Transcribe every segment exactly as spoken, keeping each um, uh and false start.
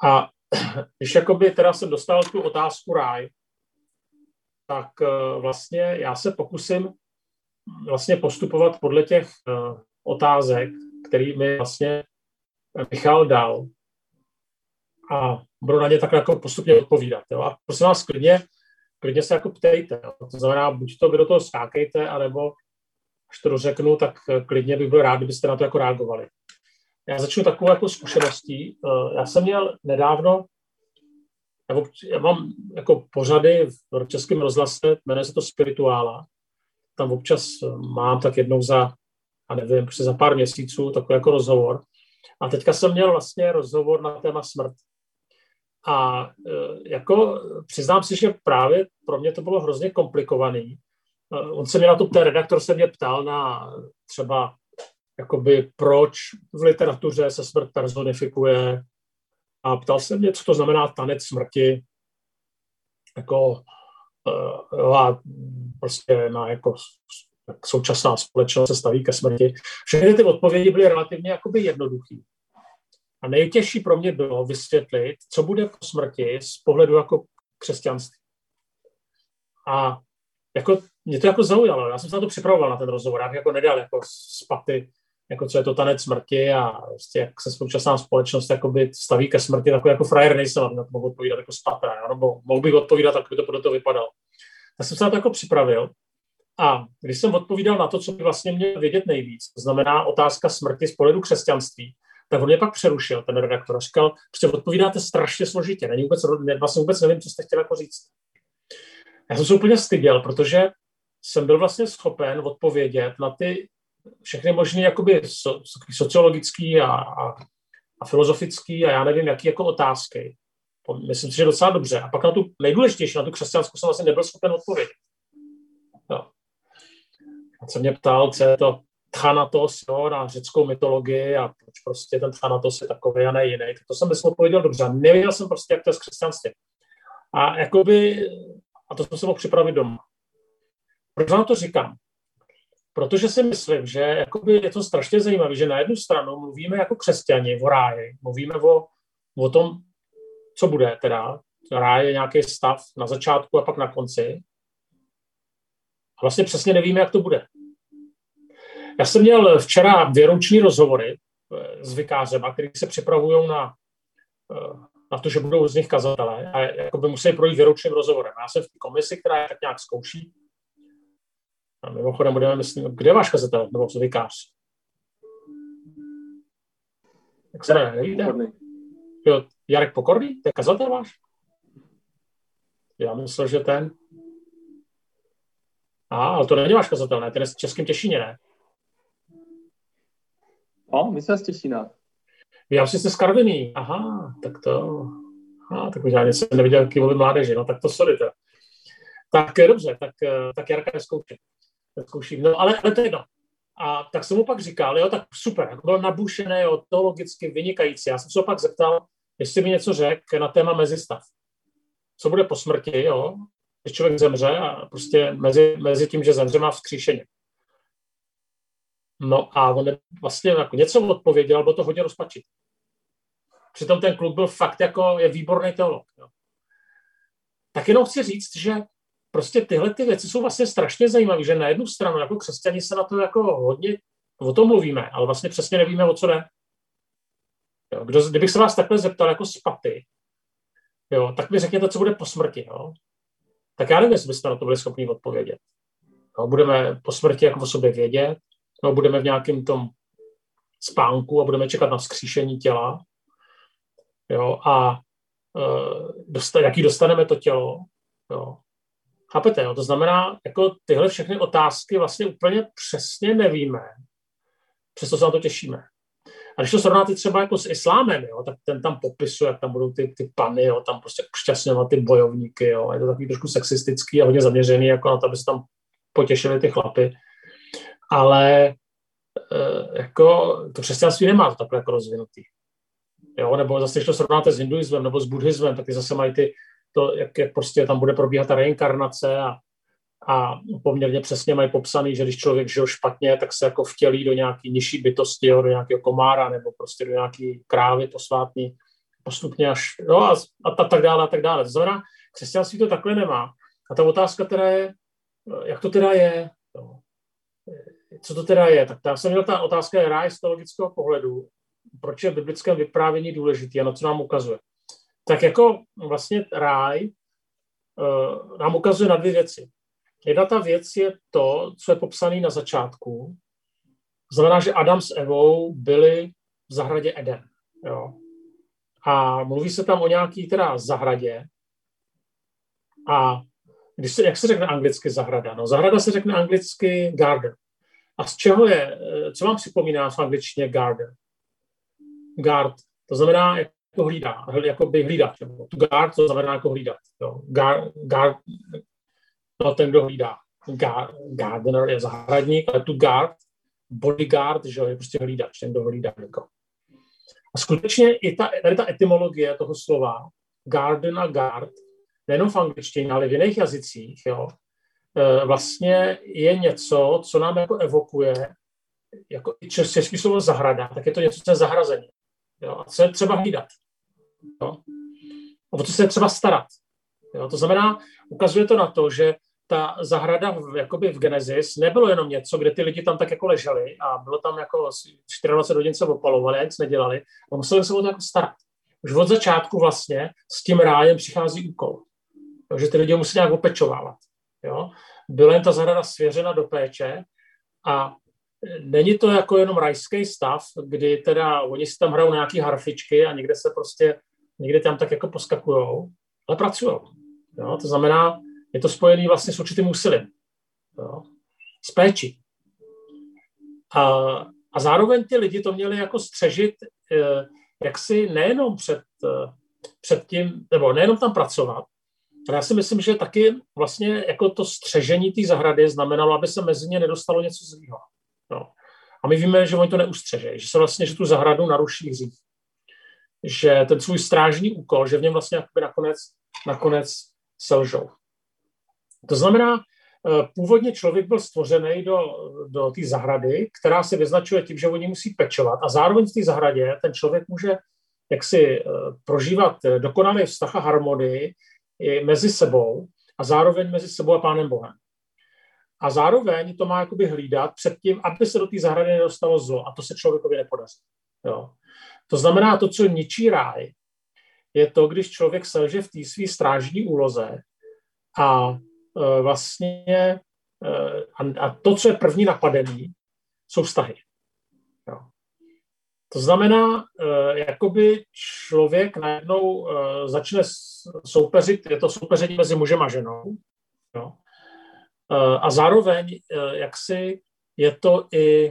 A když jakoby teda jsem dostal tu otázku ráj, tak vlastně já se pokusím vlastně postupovat podle těch otázek, který mi vlastně Michal dal. A budu na ně takhle jako postupně odpovídat. Jo? A prosím vás, klidně, klidně se jako ptejte. Jo? To znamená, buď to vy do toho skákejte, anebo až to dořeknu, tak klidně bych byl rád, kdybyste na to jako reagovali. Já začnu takovou jako zkušeností. Já jsem měl nedávno, já mám jako pořady v Českém rozhlase, jmenuje se to Spirituála. Tam občas mám tak jednou za, a nevím, prostě za pár měsíců takový jako rozhovor. A teďka jsem měl vlastně rozhovor na téma smrt. A jako přiznám si, že právě pro mě to bylo hrozně komplikovaný. On se mě na to, ten redaktor se mě ptal na třeba jakoby proč v literatuře se smrt personifikuje a ptal se mě, co to znamená tanec smrti. Jako jo, a prostě na jako současná společnost se staví ke smrti. Všechny ty odpovědi byly relativně jakoby jednoduchý. A nejtěžší pro mě bylo vysvětlit, co bude po smrti z pohledu jako křesťanství. A jako, mě to jako zaujalo. Já jsem se na to připravoval na ten rozhovor. Já bych jako nedal jako z paty, jako co je to tanec smrti a vlastně jak se současná společnost jakoby staví ke smrti, takový jako frajer nejsem, abych na to mohl odpovídat jako z patra, nebo mohl bych odpovídat, tak by to podle toho vypadalo. Já jsem se na to jako připravil a když jsem odpovídal na to, co by vlastně měl vědět nejvíc, to znamená otázka smrti z pohledu křesťanství, tak on mě pak přerušil, ten redaktor, a říkal, prostě odpovídáte strašně složitě, není vůbec, vlastně vůbec nevím, co jste chtěl jako říct. Já jsem se úplně styděl, protože jsem byl vlastně schopen odpovědět na ty všechny možné jakoby so, sociologický a, a, a filozofický a já nevím, jaký jako otázky. Myslím si, že docela dobře. A pak na tu nejdůležitější, na tu křesťanskou jsem vlastně nebyl schopen odpovědět. No. A co mě ptal, co je to Thanatos, jo, na řeckou mytologii a proč prostě ten Thanatos je takový a ne jiný. To jsem myslím odpověděl dobře. Nevěděl jsem prostě, jak to je s křesťanstvím. A jakoby, a to jsem se mohl připravit doma. Proč vám to říkám? Protože si myslím, že jakoby je to strašně zajímavé, že na jednu stranu mluvíme jako křesťani o ráji, mluvíme o, o tom, co bude teda. Ráj je nějaký stav na začátku a pak na konci. A vlastně přesně nevíme, jak to bude. Já jsem měl včera věroučný rozhovory s vikářem, který se připravují na, na to, že budou z nich kazatelé a jakoby musí projít věroučným rozhovorem. Já jsem v té komisi, která je tak nějak zkouší. A mimochodem budeme myslet, kde je váš kazatel, nebo vikář? Jak se jmenuje, nevíte? Jo, Jarek Pokorný? To je kazatel váš? Já myslel, že ten... A, ale to není váš kazatel, ne? Ten je v Českém Těšíně, ne? No, my jsme z Těšína. Vy já jste z Karviní. Aha, tak to... Aha, tak už já něco neviděl kývový mládeži, no tak to sorry. To. Tak dobře, tak, tak Jarka neskouším. neskouším. No ale, ale to je jedno. A tak jsem mu pak říkal, jo, tak super, jako byl nabušený, jo, teologicky vynikající. Já jsem se ho pak zeptal, jestli mi něco řekl na téma mezistav. Co bude po smrti, jo, když člověk zemře a prostě mezi, mezi tím, že zemře, má vzkříšení. No a on vlastně jako něco odpověděl, bylo to hodně rozpačit. Přitom ten kluk byl fakt jako, je výborný teolog. Jo. Tak jenom chci říct, že prostě tyhle ty věci jsou vlastně strašně zajímavé, že na jednu stranu jako křesťani se na to jako hodně, o tom mluvíme, ale vlastně přesně nevíme, o co jde. Jo, kdo, kdybych se vás takhle zeptal jako z paty, jo, tak mi řekněte, co bude po smrti. Jo. Tak já nevím, jestli byste na to byli schopni odpovědět. Jo, budeme po smrti jako o sobě vědět, no, budeme v nějakém tom spánku a budeme čekat na vzkříšení těla. Jo, a uh, dosta, jaký dostaneme to tělo. Jo. Chápete, jo? To znamená, jako tyhle všechny otázky vlastně úplně přesně nevíme. Přesto se na to těšíme. A když to srovnáte třeba jako s islámem, jo, tak ten tam popisuje, jak tam budou ty, ty pany, jo, tam prostě ušťastňovat ty bojovníky. Jo. Je to takový trošku sexistický a hodně zaměřený jako na to, aby se tam potěšili ty chlapy. Ale e, jako to křesťanství nemá to takhle jako rozvinutý. Jo, nebo zase, když to srovnáte s hinduismem nebo s buddhismem, tak ty zase mají ty, to, jak, jak prostě tam bude probíhat ta reinkarnace a, a poměrně přesně mají popsaný, že když člověk žil špatně, tak se jako vtělí do nějaký nižší bytosti, jo, do nějakého komára nebo prostě do nějaký krávy posvátný postupně až, no a, a, a tak dále, a tak dále. To znamená, křesťanství to takhle nemá. A ta otázka teda je, jak to teda je, no. Co to teda je? Tak já jsem měl, ta otázka je ráj z teologického pohledu, proč je v biblickém vyprávění důležitý a na co nám ukazuje. Tak jako vlastně ráj uh, nám ukazuje na dvě věci. Jedna ta věc je to, co je popsané na začátku. Znamená, že Adam s Evou byli v zahradě Eden. Jo. A mluví se tam o nějaký teda zahradě. A když se, jak se řekne anglicky zahrada? No, zahrada se řekne anglicky garden. A z čeho je, co vám připomíná v angličtině garden? Guard, to znamená jako hlídá, jako by hlídat. To guard, to znamená jako hlídat. Jo. Guard, guard, no ten, kdo hlídá. Guard, gardener je zahradník, ale tu guard, bodyguard, že je prostě hlídač, ten, kdo hlídá někoho. A skutečně i ta, tady ta etymologie toho slova garden a guard, nejenom v angličtině, ale v jiných jazycích, jo, vlastně je něco, co nám jako evokuje, jako i český slovo zahrada, tak je to něco, co je zahrazení. Jo, a co je třeba hlídat. Jo. A o co se je třeba starat. Jo. To znamená, ukazuje to na to, že ta zahrada v, jakoby v Genesis nebylo jenom něco, kde ty lidi tam tak jako leželi a bylo tam jako dvacet čtyři hodin se opalovali a nic nedělali. A museli se o to jako starat. Už od začátku vlastně s tím rájem přichází úkol. Takže ty lidi musí nějak opečovávat. Jo. Byla jim ta zahrada svěřena do péče a není to jako jenom rajský stav, kdy teda oni si tam hrajou na nějaký harfičky a někde se prostě, někde tam tak jako poskakujou, ale pracujou. Jo. To znamená, je to spojený vlastně s určitým úsilím. Jo. S péčí. A, a zároveň ty lidi to měli jako střežit eh, jaksi nejenom před, eh, před tím, nebo nejenom tam pracovat, ale já si myslím, že taky vlastně jako to střežení té zahrady znamenalo, aby se mezi ně nedostalo něco zlýho. No. A my víme, že oni to neustřežejí, že se vlastně, že tu zahradu naruší hřích. Že ten svůj strážní úkol, že v něm vlastně nakonec, nakonec selžou. To znamená, původně člověk byl stvořený do, do té zahrady, která se vyznačuje tím, že oni musí pečovat a zároveň v té zahradě ten člověk může jaksi prožívat dokonalý vztah a harmonii mezi sebou a zároveň mezi sebou a Pánem Bohem. A zároveň to má jakoby hlídat před tím, aby se do té zahrady nedostalo zlo. A to se člověkovi nepodaří. Jo. To znamená, to, co ničí ráj, je to, když člověk selže v té své strážní úloze a e, vlastně e, a, a to, co je první napadený, jsou vztahy. Jo. To znamená, e, jakoby člověk najednou e, začne soupeřit, je to soupeření mezi mužem a ženou, jo. A zároveň, jaksi je to i,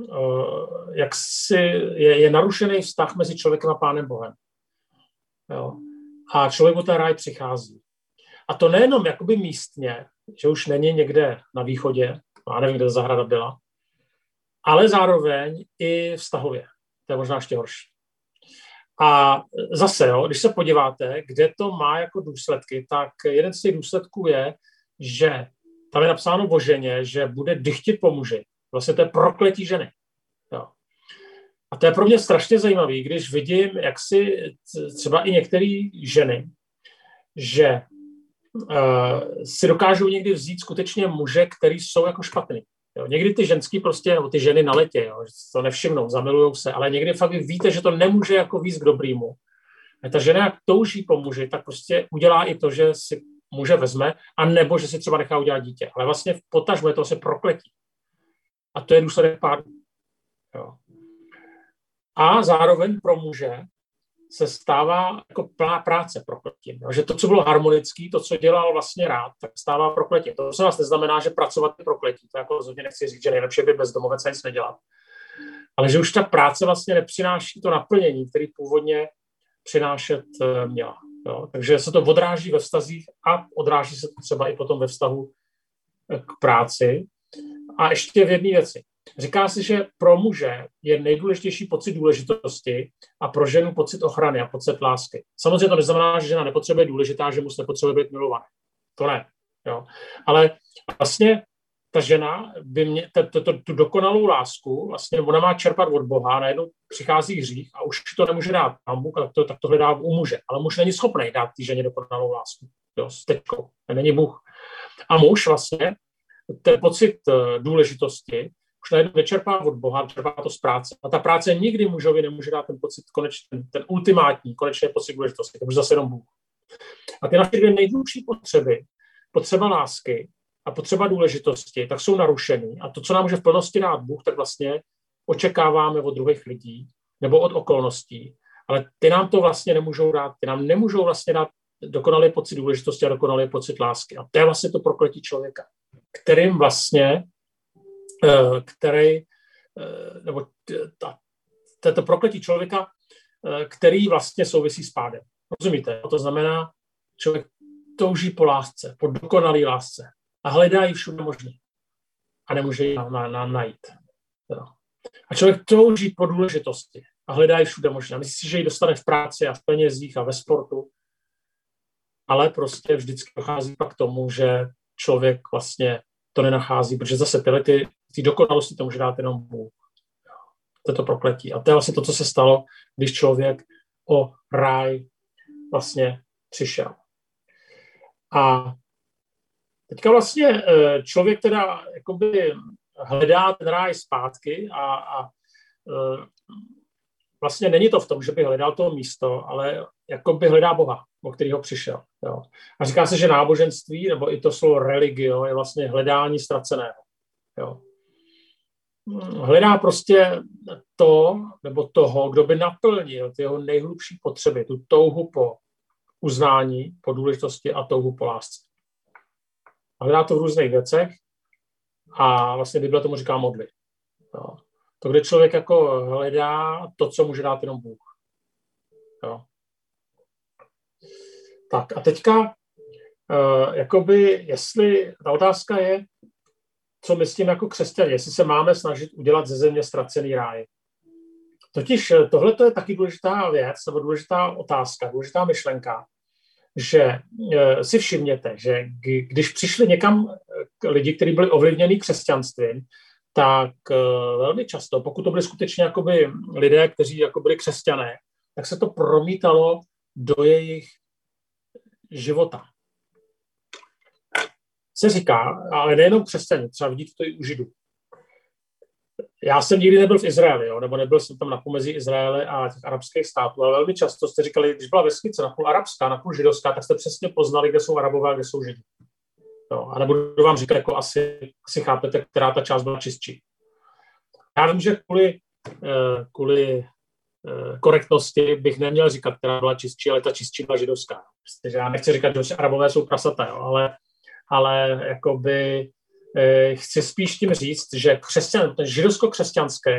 jaksi je, je narušený vztah mezi člověkem a Pánem Bohem. Jo. A člověk o ten ráj přichází. A to nejenom jakoby místně, že už není někde na východě, já nevím, kde ta zahrada byla, ale zároveň i vztahově. To je možná ještě horší. A zase, jo, když se podíváte, kde to má jako důsledky, tak jeden z těch důsledků je, že tam je napsáno o ženě, že bude dychtit po muži. Vlastně to je prokletí ženy. Jo. A to je pro mě strašně zajímavé, když vidím, jak si třeba i některé ženy, že uh, si dokážou někdy vzít skutečně muže, který jsou jako špatný. Jo. Někdy ty ženský prostě, nebo ty ženy na letě, jo, že to nevšimnou, zamilujou se, ale někdy fakt vy víte, že to nemůže jako víc k dobrýmu. A ta žena, jak touží po muži, tak prostě udělá i to, že si muže vezme, a nebo že si třeba nechá udělat dítě. Ale vlastně v potažmu je to se prokletí. A to je důsledek pádu. Jo. A zároveň pro muže se stává jako plná práce prokletím. Jo. Že to, co bylo harmonický, to, co dělal vlastně rád, tak stává prokletím. To se vás neznamená, že pracovat je prokletí. To jako rozhodně nechci říct, že nejlepší by bezdomovec nic nedělat. Ale že už ta práce vlastně nepřináší to naplnění, který původně přinášet měla. Jo, takže se to odráží ve vztazích a odráží se to třeba i potom ve vztahu k práci. A ještě v jedné věci. Říká se, že pro muže je nejdůležitější pocit důležitosti a pro ženu pocit ochrany a pocit lásky. Samozřejmě to neznamená, že žena nepotřebuje důležitá, že muž nepotřebuje být milovaný. To ne. Jo. Ale vlastně ta žena by mě, t, t, t, tu dokonalou lásku, vlastně ona má čerpat od Boha, najednou přichází hřích a už to nemůže dát Pán Bůh, tak to, tak to hledá u muže. Ale muž není schopný dát té ženě dokonalou lásku. Jo, s tečkou. Není Bůh. A muž vlastně ten pocit důležitosti už najednou nečerpá od Boha, čerpá to z práce. A ta práce nikdy mužovi nemůže dát ten pocit, konečný, ten, ten ultimátní, konečný pocit důležitosti. To už zase jenom Bůh. A ty naše dvě nejhlubší potřeby, potřeba lásky a potřeba důležitosti, tak jsou narušený. A to, co nám může v plnosti dát Bůh, tak vlastně očekáváme od druhých lidí nebo od okolností. Ale ty nám to vlastně nemůžou dát. Ty nám nemůžou vlastně dát dokonalý pocit důležitosti a dokonalý pocit lásky. A to je vlastně to prokletí člověka, kterým vlastně, který, nebo to je to prokletí člověka, který vlastně souvisí s pádem. Rozumíte? To znamená, člověk touží po lásce, po dokonalý lásce a hledá ji všude možný a nemůže ji na, na, na, najít. Jo. A člověk touží po důležitosti a hledá ji všude možný. Myslí si, že ji dostane v práci a v penězích a ve sportu, ale prostě vždycky dochází pak k tomu, že člověk vlastně to nenachází, protože zase tyhle ty, ty dokonalosti to může dát jenom Bůh. To je to prokletí. A to je vlastně to, co se stalo, když člověk o ráj vlastně přišel. A teďka vlastně člověk teda jakoby hledá ten ráj zpátky a, a vlastně není to v tom, že by hledal to místo, ale jakoby hledá Boha, o kterého přišel. Jo. A říká se, že náboženství, nebo i to slovo religio, je vlastně hledání ztraceného. Jo. Hledá prostě to, nebo toho, kdo by naplnil ty jeho nejhlubší potřeby, tu touhu po uznání, po důležitosti a touhu po lásce. A hledá to v různých věcech a vlastně Bible tomu říká modly. Jo. To, kde člověk jako hledá to, co může dát jenom Bůh. Jo. Tak a teďka, uh, jakoby, jestli, ta otázka je, co my s tím jako křesťané, jestli se máme snažit udělat ze země ztracený ráj. Totiž tohle je taky důležitá věc, nebo důležitá otázka, důležitá myšlenka, že uh, si všimněte, že když přišli někam lidi, kteří byli ovlivněni křesťanstvím, tak uh, velmi často, pokud to byli skutečně jakoby lidé, kteří jako byli křesťané, tak se to promítalo do jejich života. Se říká, ale nejenom křesťané, třeba vidíte to i u Židů. Já jsem nikdy nebyl v Izraeli, jo, nebo nebyl jsem tam na pomezí Izraele a těch arabských států, ale velmi často jste říkali, když byla vesnice napůl arabská, napůl židovská, tak jste přesně poznali, kde jsou Arabové a kde jsou Židi. Jo, a nebudu vám říkat, jako asi, asi chápete, která ta část byla čistší. Já vím, že kvůli, kvůli korektnosti bych neměl říkat, která byla čistší, ale ta čistší byla židovská. Prostě, já nechci říkat, že Arabové jsou prasata, jo, ale, ale jakoby eh, chci spíš tím říct, že křesťan, ten židovsko-křesťanský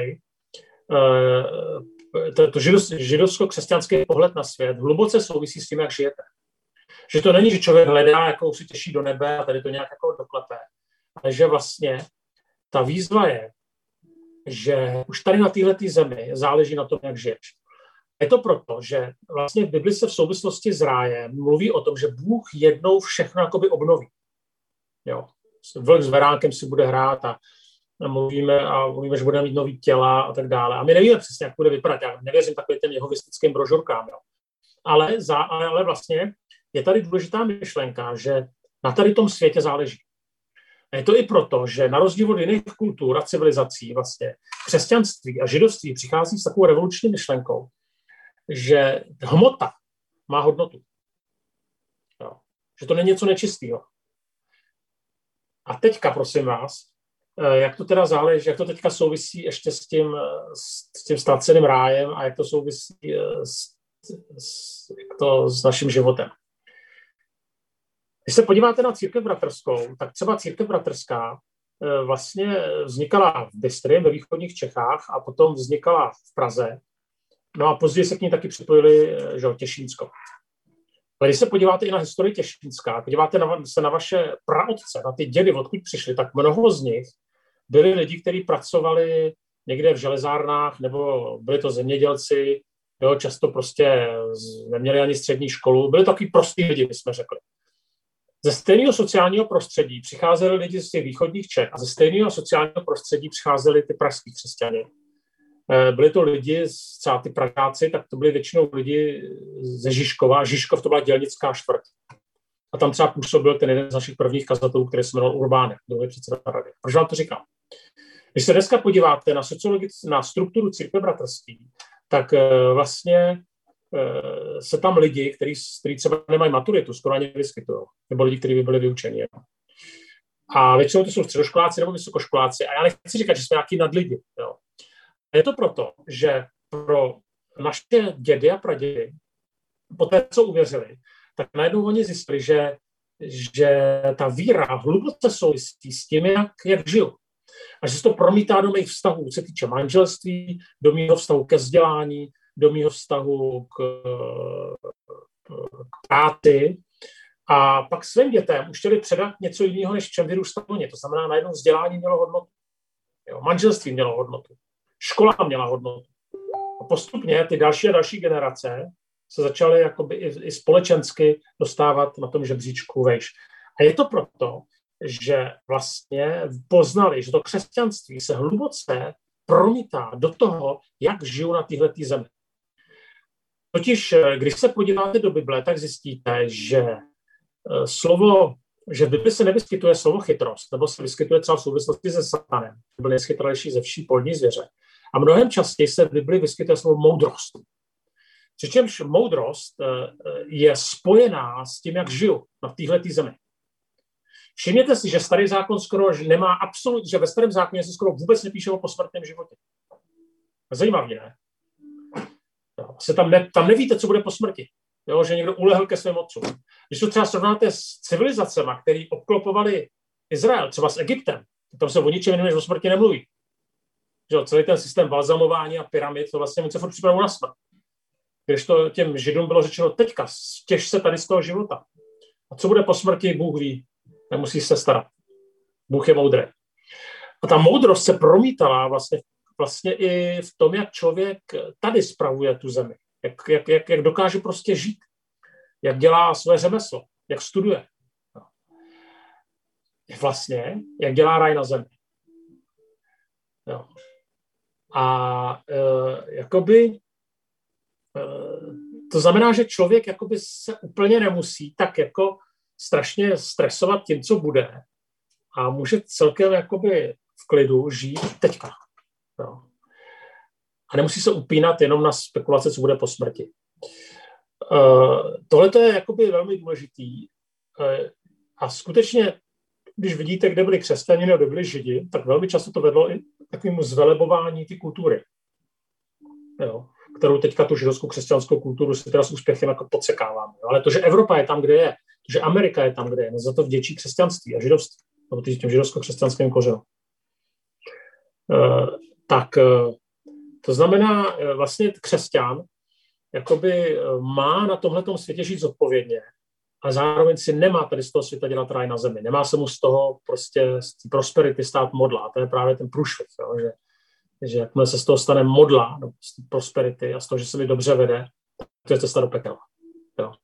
eh, to, to židovsko-křesťanský pohled na svět hluboce souvisí s tím, jak žijete. Že to není, že člověk hledá, jakou si těší do nebe a tady to nějak jako doklepe, ale že vlastně ta výzva je, že už tady na této zemi záleží na tom, jak žiješ. Je to proto, že vlastně v Bibli se v souvislosti s rájem mluví o tom, že Bůh jednou všechno jakoby obnoví. Jo. Vlk s veránkem si bude hrát a mluvíme, a mluvíme, že budeme mít nový těla a tak dále. A my nevíme přesně, jak bude vypadat. Já nevěřím takovým těm jehovistickým brožurkám. Jo. Ale, za, ale vlastně je tady důležitá myšlenka, že na tady tom světě záleží. A je to i proto, že na rozdíl od jiných kultur a civilizací vlastně křesťanství a židovství přichází s takovou revoluční myšlenkou, že hmota má hodnotu. Jo. Že to není něco nečistého. A teďka, prosím vás, jak to teda záleží, jak to teďka souvisí ještě s tím, s tím ztraceným rájem a jak to souvisí s, s, jak to s naším životem. Když se podíváte na církev bratrskou, tak třeba církev bratrská vlastně vznikala v Bystry, ve východních Čechách a potom vznikala v Praze. No a později se k ní taky připojili, že Těšínsko. Ale když se podíváte i na historii Těšínska, podíváte na, se na vaše praotce, na ty dědy, odkud přišli, tak mnoho z nich byli lidi, kteří pracovali někde v železárnách, nebo byli to zemědělci, jo, často prostě neměli ani střední školu, byli takový prostý lidi, bychom řekli. Ze stejného sociálního prostředí přicházeli lidi z těch východních Čech a ze stejného sociálního prostředí přicházeli ty pražský křesťané. Byli to lidi, třeba ty Pražáci, tak to byli většinou lidi ze Žižkova. Žižkov to byla dělnická čtvrť. A tam třeba působil ten jeden z našich prvních kazatelů, který se jmenoval Urbánek, byl předseda rady. Proč vám to říkám? Když se dneska podíváte na sociologickou, na strukturu církve bratrství, tak vlastně se tam lidi, kteří, kteří třeba nemají maturitu, skoro ani vyskytují, nebo lidi, kteří by byli vyučeni. A většinou to jsou středoškoláci nebo vysokoškoláci. A já nechci říkat, že jsme nějaký nadlidi. Jo. Je to proto, že pro naše dědy a pradědy, po té, co uvěřili, tak najednou oni zjistili, že, že ta víra hluboce souvisí s tím, jak, jak žiju. A že se to promítá do mých vztahů, co se týče manželství, do mého vztahu ke vzdělání, do mého vztahu k, k práci. A pak svým dětem už chtěli předat něco jiného, než v čem vyrůstali oni. To znamená, najednou vzdělání mělo hodnotu. Jo, manželství mělo hodnotu. Škola měla hodnotu. A postupně ty další a další generace se začaly jakoby i, i společensky dostávat na tom žebříčku vejš. A je to proto, že vlastně poznali, že to křesťanství se hluboce promítá do toho, jak žiju na téhletý zemi. Totiž, když se podíváte do Bible, tak zjistíte, že slovo, že v Bibli se nevyskytuje slovo chytrost, nebo se vyskytuje třeba v souvislosti se satanem, to byl nejchytralejší ze vší polní zvěře. A mnohem častěji se v Bibli vyskytuje slovo moudrost. Přičemž moudrost je spojená s tím, jak žiju na téhletý zemi. Všimněte si, že starý zákon skoro nemá absolutně, že ve starém zákoně se skoro vůbec nepíše o posmrtném životě. Zajímavě, ne? Se tam, ne, tam nevíte, co bude po smrti. Jo, že někdo ulehl ke svým otcům. Když to třeba srovnáte s civilizacemi, které obklopovali Izrael, třeba s Egyptem, tam se o ničem jiném než o smrti nemluví. Že celý ten systém balzamování a pyramid, to vlastně se furt připravují na smrt. Když to těm Židům bylo řečeno, teďka těž se tady z toho života. A co bude po smrti, Bůh ví. Nemusíš se starat. Bůh je moudrý. A ta moudrost se promítala vlastně, vlastně i v tom, jak člověk tady spravuje tu zemi. Jak, jak, jak, jak dokáže prostě žít. Jak dělá své řemeslo. Jak studuje. Vlastně, jak dělá raj na zemi. Jo. A e, jakoby e, to znamená, že člověk jakoby se úplně nemusí tak jako strašně stresovat tím, co bude a může celkem jakoby v klidu žít teďka. Jo. A nemusí se upínat jenom na spekulace, co bude po smrti. Uh, Tohle je jakoby velmi důležitý uh, a skutečně, když vidíte, kde byli křesťané nebo kde byli židi, tak velmi často to vedlo i k takovému zvelebování ty kultury. Jo. Kterou teďka tu židovskou křesťanskou kulturu si teda s úspěchem jako podsekáváme. Jo. Ale to, že Evropa je tam, kde je, to, že Amerika je tam, kde je, no za to vděčí křesťanství a židovství, nebo těm židovsko-křesťanským kořenům. Uh, tak uh, to znamená, uh, vlastně křesťan jakoby má na tomhletom světě žít zodpovědně a zároveň si nemá tady z toho světa dělat ráj na zemi. Nemá se mu z toho prostě z té prosperity stát modla. To je právě ten průšvih, jo, že, že jakmile se z toho stane modla, no, z té prosperity a z toho, že se mi dobře vede, to je cesta do pekel. Jo.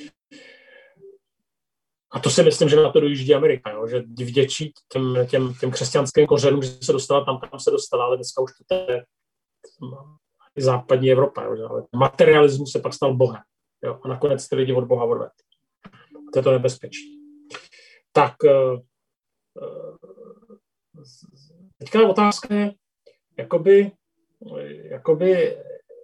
A to si myslím, že na to dojíždí Amerika, jo, že vděčí těm, těm, těm křesťanským kořenům, že se dostala tam, kam se dostala, ale dneska už to je i západní Evropa, jo, ale materialismus se pak stal Bohem. Jo, a nakonec ty lidi od Boha odvedl. To je to nebezpečí. Tak teďka otázka je, jakoby, jakoby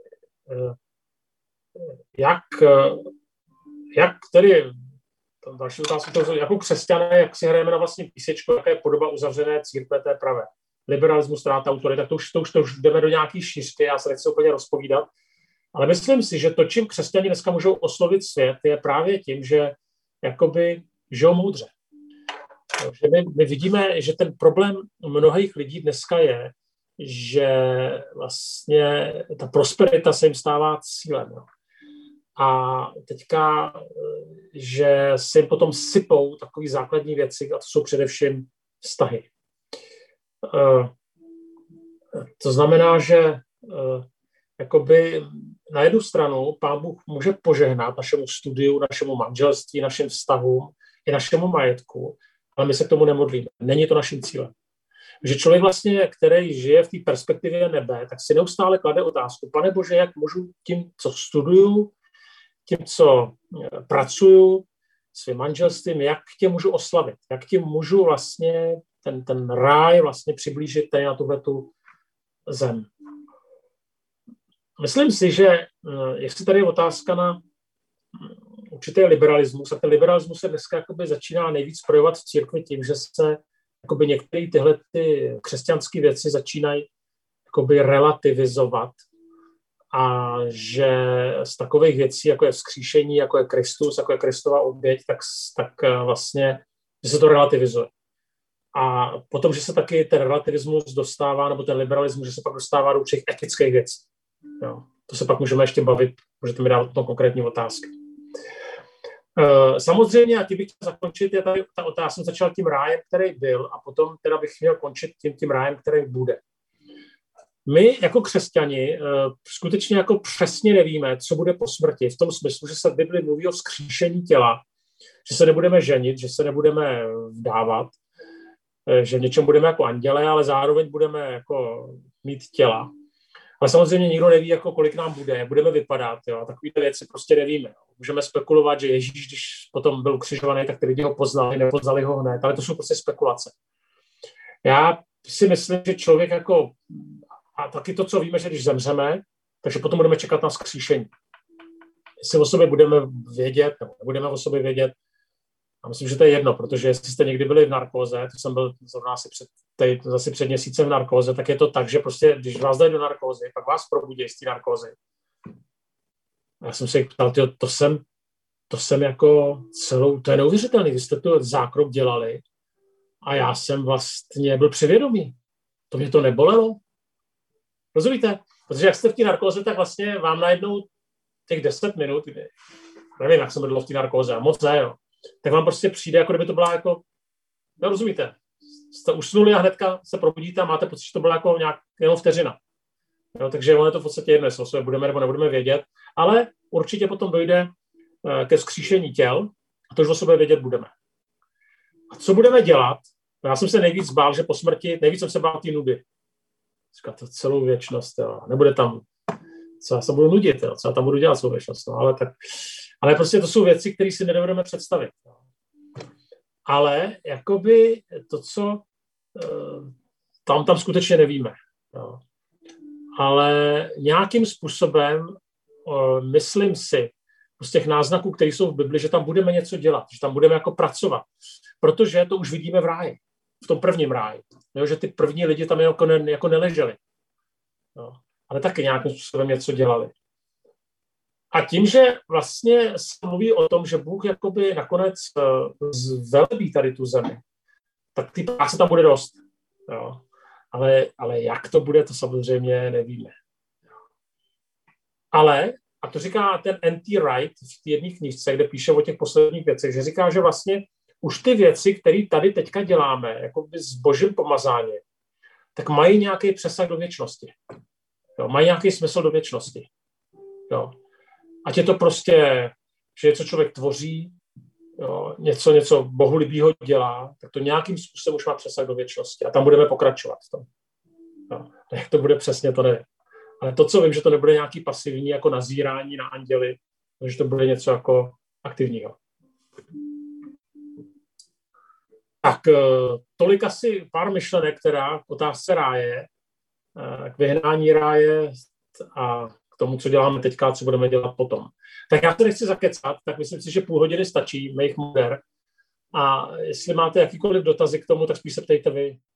jak, jak tedy, další otázka, to, jako křesťané, jak si hrajeme na vlastní písečku, jaká je podoba uzavřené církve té pravé. Liberalismus, ztráta autorita, to už, to, už, to už jdeme do nějaký šířky, já se nechci úplně rozpovídat, ale myslím si, že to, čím křesťani dneska můžou oslovit svět, je právě tím, že jakoby žijou moudře. Že my, my vidíme, že ten problém mnohých lidí dneska je, že vlastně ta prosperita se jim stává cílem. Jo. A teďka, že se jim potom sypou takové základní věci, a to jsou především vztahy. Uh, to znamená, že uh, jakoby na jednu stranu Pán Bůh může požehnat našemu studiu, našemu manželství, našim vztahům, i našemu majetku, ale my se k tomu nemodlíme. Není to naším cílem. Že člověk vlastně, který žije v té perspektivě nebe, tak si neustále klade otázku, Pane Bože, jak můžu tím, co studuju, tím, co pracuju, svým manželstvím, jak tě můžu oslavit, jak tě můžu vlastně ten, ten ráj vlastně přiblížit tady na tuhletu zem. Myslím si, že jestli tady je otázka na určitý liberalismus, a ten liberalismus se dneska jakoby začíná nejvíc projevovat v církvi tím, že se jakoby některé tyhle ty křesťanské věci začínají jakoby relativizovat a že z takových věcí, jako je vzkříšení, jako je Kristus, jako je Kristova oběť, tak, tak vlastně, že se to relativizuje. A potom, že se taky ten relativismus dostává, nebo ten liberalismus, že se pak dostává do určitých etických věcí. Jo. To se pak můžeme ještě bavit, můžete mi dát to konkrétní otázky. Samozřejmě, a tím bych chtěl zakončit, je tady ta otázka, jsem začal tím rájem, který byl, a potom teda bych měl končit tím, tím rájem, který bude. My jako křesťani skutečně jako přesně nevíme, co bude po smrti, v tom smyslu, že se v Bibli mluví o vzkříšení těla, že se nebudeme ženit, že se nebudeme vdávat, že v něčem budeme jako anděle, ale zároveň budeme jako mít těla. Ale samozřejmě nikdo neví, jako kolik nám bude, jak budeme vypadat. Jo. Takové věci prostě nevíme. Můžeme spekulovat, že Ježíš, když potom byl ukřižovaný, tak ty lidi ho poznali, nepoznali ho hned, ale to jsou prostě spekulace. Já si myslím, že člověk jako, a taky to, co víme, že když zemřeme, takže potom budeme čekat na vzkříšení. Jestli o sobě budeme vědět, nebo nebudeme o sobě vědět, a myslím, že to je jedno, protože jestli jste někdy byli v narkóze, to jsem byl zrovna asi před, tady, asi před měsícem v narkóze, tak je to tak, že prostě, když vás dají do narkózy, pak vás probudí z té narkózy. Já jsem se jich ptal, tyjo, to jsem, to jsem jako celou, to je neuvěřitelný, vy jste to zákrok dělali a já jsem vlastně byl přivědomý. To mě to nebolelo. Rozumíte? Protože jak jste v té narkóze, tak vlastně vám najednou těch deset minut, kdy, nevím, jak jsem byl v té narkóze, a moc ne, jo. Tak vám prostě přijde, jako kdyby to byla jako, no rozumíte, jste usnuli a hnedka se probudíte a máte pocit, že to byla jako nějak jenom vteřina. Jo, takže ono je to v podstatě jedno, jestli o sobě budeme nebo nebudeme vědět, ale určitě potom dojde ke vzkříšení těl a to už o sobě vědět budeme. A co budeme dělat? Já jsem se nejvíc bál, že po smrti, nejvíc jsem se bál té nudy. Říká to celou věčnost, jo. Nebude tam, co já se budu nudit, jo. Co já tam budu dělat celou věčnost, no. ale tak... Ale prostě to jsou věci, které si nedovedeme představit. Ale jakoby to, co tam, tam skutečně nevíme. Ale nějakým způsobem myslím si, z těch náznaků, které jsou v Bibli, že tam budeme něco dělat, že tam budeme jako pracovat. Protože to už vidíme v ráji, v tom prvním ráji. Jo, že ty první lidi tam jako, ne, jako neleželi. Jo. Ale taky nějakým způsobem něco dělali. A tím, že vlastně se mluví o tom, že Bůh jakoby nakonec zvelebí tady tu zemi, tak ty práce tam bude dost. Jo. Ale, ale jak to bude, to samozřejmě nevíme. Ale, a to říká ten N T Wright v té jedné knížce, kde píše o těch posledních věcech, že říká, že vlastně už ty věci, které tady teďka děláme, jakoby s božím pomazáním, tak mají nějaký přesah do věčnosti. Jo, mají nějaký smysl do věčnosti. Jo. Ať je to prostě, že něco člověk tvoří, jo, něco, něco bohulibýho dělá, tak to nějakým způsobem už má přesah do věčnosti. A tam budeme pokračovat v tom. Jo. Jak to bude přesně, to nevím. Ale to, co vím, že to nebude nějaký pasivní jako nazírání na anděli, že to bude něco jako aktivního. Tak tolik asi pár myšlenek, která k otázce ráje, k vyhnání ráje a k tomu, co děláme teďka a co budeme dělat potom. Tak já se nechci zakecat, tak myslím si, že půl hodiny stačí, mých moder. A jestli máte jakýkoliv dotazy k tomu, tak spíš se ptejte vy.